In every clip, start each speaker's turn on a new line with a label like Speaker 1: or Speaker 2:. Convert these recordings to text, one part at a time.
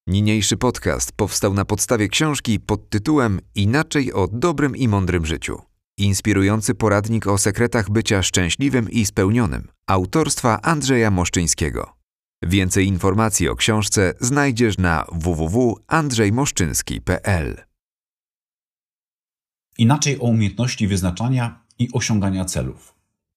Speaker 1: Niniejszy podcast powstał na podstawie książki pod tytułem Inaczej o dobrym i mądrym życiu. Inspirujący poradnik o sekretach bycia szczęśliwym i spełnionym. Autorstwa Andrzeja Moszczyńskiego. Więcej informacji o książce znajdziesz na www.andrzejmoszczyński.pl.
Speaker 2: Inaczej o umiejętności wyznaczania i osiągania celów.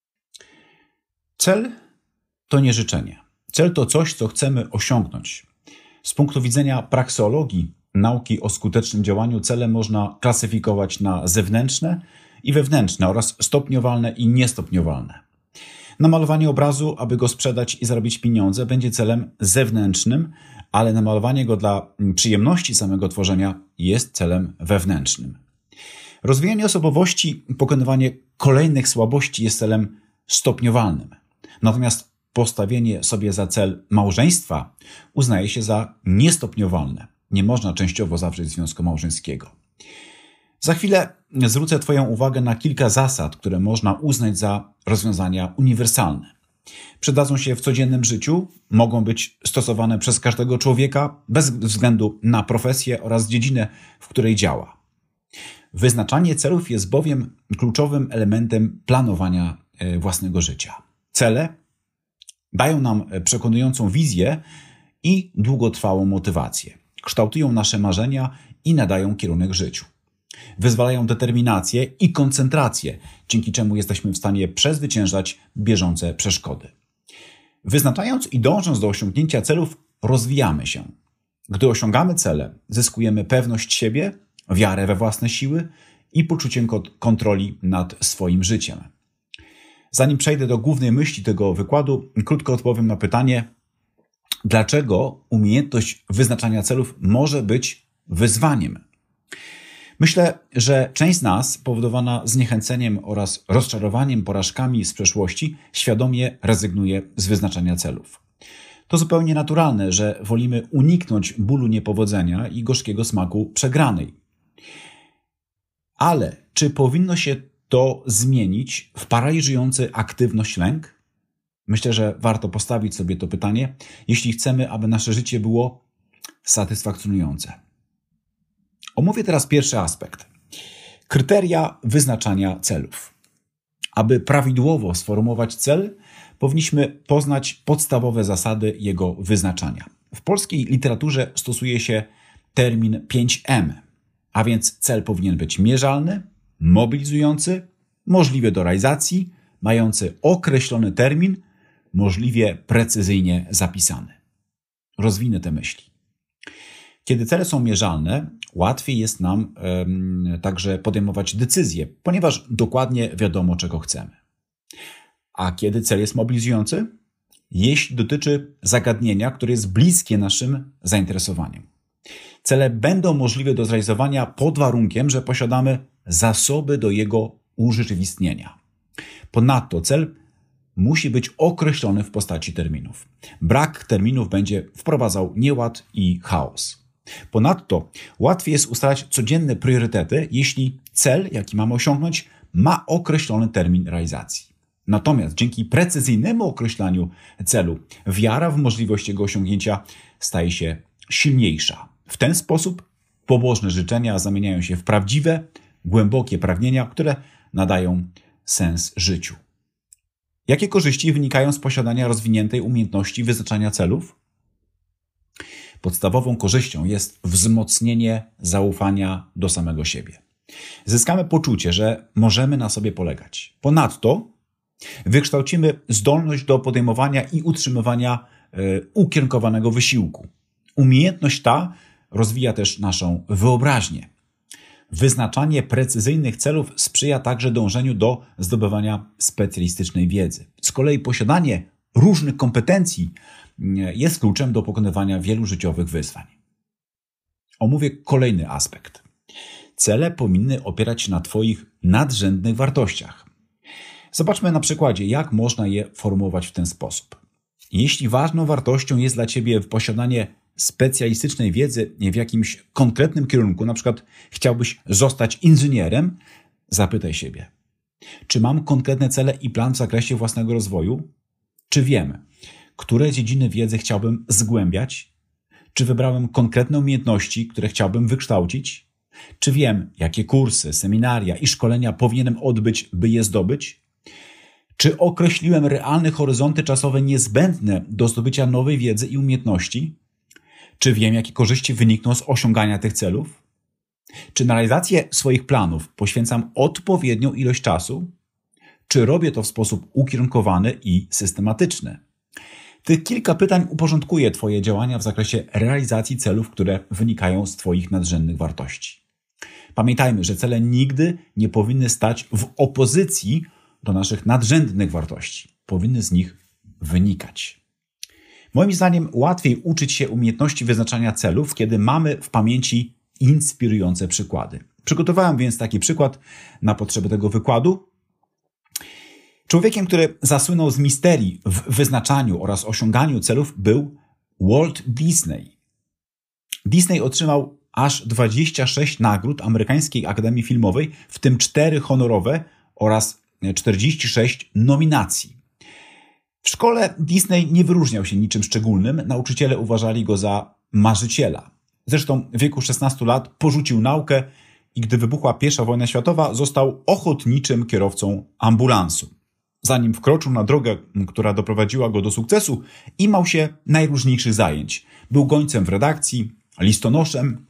Speaker 2: Cel to nie życzenie. Cel to coś, co chcemy osiągnąć. Z punktu widzenia prakseologii, nauki o skutecznym działaniu, cele można klasyfikować na zewnętrzne i wewnętrzne oraz stopniowalne i niestopniowalne. Namalowanie obrazu, aby go sprzedać i zarobić pieniądze, będzie celem zewnętrznym, ale namalowanie go dla przyjemności samego tworzenia jest celem wewnętrznym. Rozwijanie osobowości i pokonywanie kolejnych słabości jest celem stopniowalnym. Natomiast postawienie sobie za cel małżeństwa uznaje się za niestopniowalne. Nie można częściowo zawrzeć związku małżeńskiego. Za chwilę zwrócę Twoją uwagę na kilka zasad, które można uznać za rozwiązania uniwersalne. Przydadzą się w codziennym życiu, mogą być stosowane przez każdego człowieka bez względu na profesję oraz dziedzinę, w której działa. Wyznaczanie celów jest bowiem kluczowym elementem planowania własnego życia. Cele dają nam przekonującą wizję i długotrwałą motywację. Kształtują nasze marzenia i nadają kierunek życiu. Wyzwalają determinację i koncentrację, dzięki czemu jesteśmy w stanie przezwyciężać bieżące przeszkody. Wyznaczając i dążąc do osiągnięcia celów, rozwijamy się. Gdy osiągamy cele, zyskujemy pewność siebie, wiarę we własne siły i poczucie kontroli nad swoim życiem. Zanim przejdę do głównej myśli tego wykładu, krótko odpowiem na pytanie, dlaczego umiejętność wyznaczania celów może być wyzwaniem. Myślę, że część z nas, powodowana zniechęceniem oraz rozczarowaniem porażkami z przeszłości, świadomie rezygnuje z wyznaczania celów. To zupełnie naturalne, że wolimy uniknąć bólu niepowodzenia i gorzkiego smaku przegranej. Ale czy powinno się to zmienić w paraliżujący aktywność lęk? Myślę, że warto postawić sobie to pytanie, jeśli chcemy, aby nasze życie było satysfakcjonujące. Omówię teraz pierwszy aspekt. Kryteria wyznaczania celów. Aby prawidłowo sformułować cel, powinniśmy poznać podstawowe zasady jego wyznaczania. W polskiej literaturze stosuje się termin 5M, a więc cel powinien być mierzalny, mobilizujący, możliwy do realizacji, mający określony termin, możliwie precyzyjnie zapisany. Rozwinę te myśli. Kiedy cele są mierzalne, łatwiej jest nam także podejmować decyzje, ponieważ dokładnie wiadomo, czego chcemy. A kiedy cel jest mobilizujący? Jeśli dotyczy zagadnienia, które jest bliskie naszym zainteresowaniom. Cele będą możliwe do zrealizowania pod warunkiem, że posiadamy zasoby do jego urzeczywistnienia. Ponadto cel musi być określony w postaci terminów. Brak terminów będzie wprowadzał nieład i chaos. Ponadto łatwiej jest ustalać codzienne priorytety, jeśli cel, jaki mamy osiągnąć, ma określony termin realizacji. Natomiast dzięki precyzyjnemu określaniu celu, wiara w możliwość jego osiągnięcia staje się silniejsza. W ten sposób pobożne życzenia zamieniają się w prawdziwe, głębokie pragnienia, które nadają sens życiu. Jakie korzyści wynikają z posiadania rozwiniętej umiejętności wyznaczania celów? Podstawową korzyścią jest wzmocnienie zaufania do samego siebie. Zyskamy poczucie, że możemy na sobie polegać. Ponadto wykształcimy zdolność do podejmowania i utrzymywania ukierunkowanego wysiłku. Umiejętność ta rozwija też naszą wyobraźnię. Wyznaczanie precyzyjnych celów sprzyja także dążeniu do zdobywania specjalistycznej wiedzy. Z kolei posiadanie różnych kompetencji jest kluczem do pokonywania wielu życiowych wyzwań. Omówię kolejny aspekt. Cele powinny opierać się na Twoich nadrzędnych wartościach. Zobaczmy na przykładzie, jak można je formułować w ten sposób. Jeśli ważną wartością jest dla Ciebie posiadanie specjalistycznej wiedzy w jakimś konkretnym kierunku, na przykład chciałbyś zostać inżynierem, zapytaj siebie, czy mam konkretne cele i plan w zakresie własnego rozwoju? Czy wiem, które dziedziny wiedzy chciałbym zgłębiać? Czy wybrałem konkretne umiejętności, które chciałbym wykształcić? Czy wiem, jakie kursy, seminaria i szkolenia powinienem odbyć, by je zdobyć? Czy określiłem realne horyzonty czasowe niezbędne do zdobycia nowej wiedzy i umiejętności? Czy wiem, jakie korzyści wynikną z osiągania tych celów? Czy na realizację swoich planów poświęcam odpowiednią ilość czasu? Czy robię to w sposób ukierunkowany i systematyczny? Tych kilka pytań uporządkuje Twoje działania w zakresie realizacji celów, które wynikają z Twoich nadrzędnych wartości. Pamiętajmy, że cele nigdy nie powinny stać w opozycji do naszych nadrzędnych wartości. Powinny z nich wynikać. Moim zdaniem łatwiej uczyć się umiejętności wyznaczania celów, kiedy mamy w pamięci inspirujące przykłady. Przygotowałem więc taki przykład na potrzeby tego wykładu. Człowiekiem, który zasłynął z misterii w wyznaczaniu oraz osiąganiu celów, był Walt Disney. Disney otrzymał aż 26 nagród Amerykańskiej Akademii Filmowej, w tym 4 honorowe oraz 46 nominacji. W szkole Disney nie wyróżniał się niczym szczególnym, nauczyciele uważali go za marzyciela. Zresztą w wieku 16 lat porzucił naukę i gdy wybuchła I wojna światowa, został ochotniczym kierowcą ambulansu. Zanim wkroczył na drogę, która doprowadziła go do sukcesu, imał się najróżniejszych zajęć. Był gońcem w redakcji, listonoszem.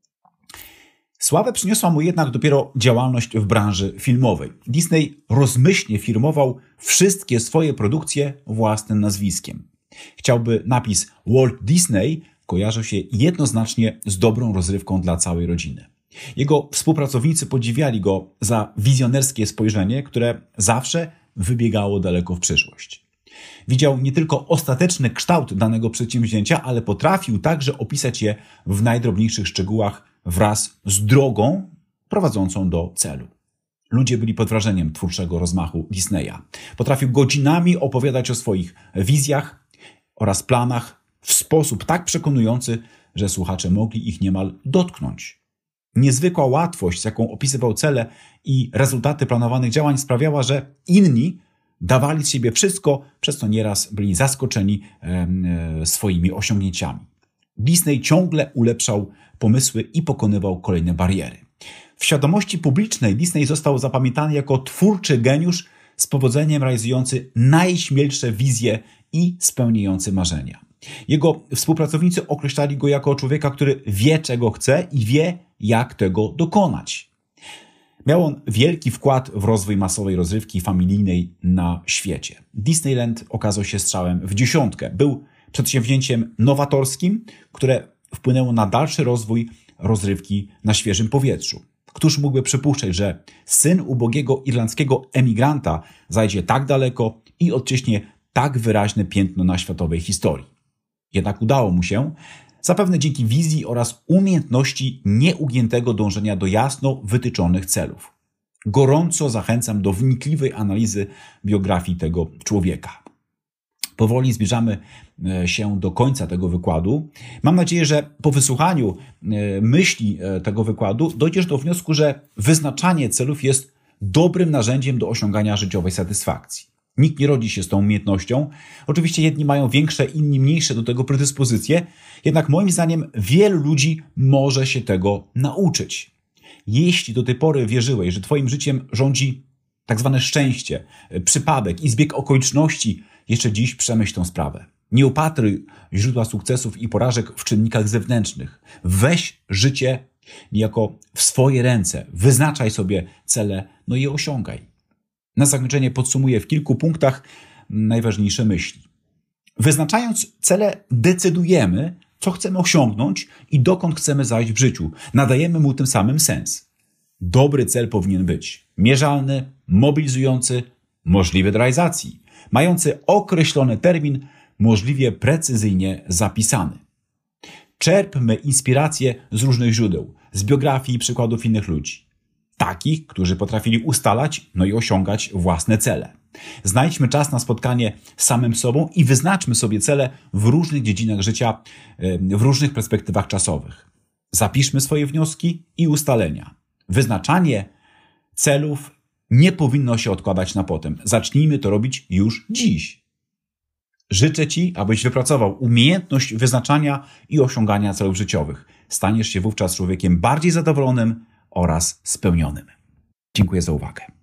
Speaker 2: Sławę przyniosła mu jednak dopiero działalność w branży filmowej. Disney rozmyślnie firmował wszystkie swoje produkcje własnym nazwiskiem. Chciałby napis Walt Disney kojarzył się jednoznacznie z dobrą rozrywką dla całej rodziny. Jego współpracownicy podziwiali go za wizjonerskie spojrzenie, które zawsze wybiegało daleko w przyszłość. Widział nie tylko ostateczny kształt danego przedsięwzięcia, ale potrafił także opisać je w najdrobniejszych szczegółach wraz z drogą prowadzącą do celu. Ludzie byli pod wrażeniem twórczego rozmachu Disneya. Potrafił godzinami opowiadać o swoich wizjach oraz planach w sposób tak przekonujący, że słuchacze mogli ich niemal dotknąć. Niezwykła łatwość, z jaką opisywał cele i rezultaty planowanych działań sprawiała, że inni dawali z siebie wszystko, przez co nieraz byli zaskoczeni swoimi osiągnięciami. Disney ciągle ulepszał pomysły i pokonywał kolejne bariery. W świadomości publicznej Disney został zapamiętany jako twórczy geniusz z powodzeniem realizujący najśmielsze wizje i spełniający marzenia. Jego współpracownicy określali go jako człowieka, który wie, czego chce i wie, jak tego dokonać. Miał on wielki wkład w rozwój masowej rozrywki familijnej na świecie. Disneyland okazał się strzałem w dziesiątkę. Był przedsięwzięciem nowatorskim, które wpłynęło na dalszy rozwój rozrywki na świeżym powietrzu. Któż mógłby przypuszczać, że syn ubogiego irlandzkiego emigranta zajdzie tak daleko i odciśnie tak wyraźne piętno na światowej historii. Jednak udało mu się, zapewne dzięki wizji oraz umiejętności nieugiętego dążenia do jasno wytyczonych celów. Gorąco zachęcam do wnikliwej analizy biografii tego człowieka. Powoli zbliżamy się do końca tego wykładu. Mam nadzieję, że po wysłuchaniu myśli tego wykładu dojdziesz do wniosku, że wyznaczanie celów jest dobrym narzędziem do osiągania życiowej satysfakcji. Nikt nie rodzi się z tą umiejętnością. Oczywiście jedni mają większe, inni mniejsze do tego predyspozycje, jednak moim zdaniem wielu ludzi może się tego nauczyć. Jeśli do tej pory wierzyłeś, że twoim życiem rządzi tak zwane szczęście, przypadek i zbieg okoliczności, jeszcze dziś przemyśl tę sprawę. Nie upatruj źródła sukcesów i porażek w czynnikach zewnętrznych. Weź życie niejako w swoje ręce. Wyznaczaj sobie cele, no i je osiągaj. Na zakończenie podsumuję w kilku punktach najważniejsze myśli. Wyznaczając cele, decydujemy, co chcemy osiągnąć i dokąd chcemy zajść w życiu. Nadajemy mu tym samym sens. Dobry cel powinien być mierzalny, mobilizujący, możliwy do realizacji, mający określony termin, możliwie precyzyjnie zapisany. Czerpmy inspiracje z różnych źródeł, z biografii i przykładów innych ludzi. Takich, którzy potrafili ustalać, no i osiągać własne cele. Znajdźmy czas na spotkanie z samym sobą i wyznaczmy sobie cele w różnych dziedzinach życia, w różnych perspektywach czasowych. Zapiszmy swoje wnioski i ustalenia. Wyznaczanie celów nie powinno się odkładać na potem. Zacznijmy to robić już dziś. Życzę Ci, abyś wypracował umiejętność wyznaczania i osiągania celów życiowych. Staniesz się wówczas człowiekiem bardziej zadowolonym oraz spełnionym. Dziękuję za uwagę.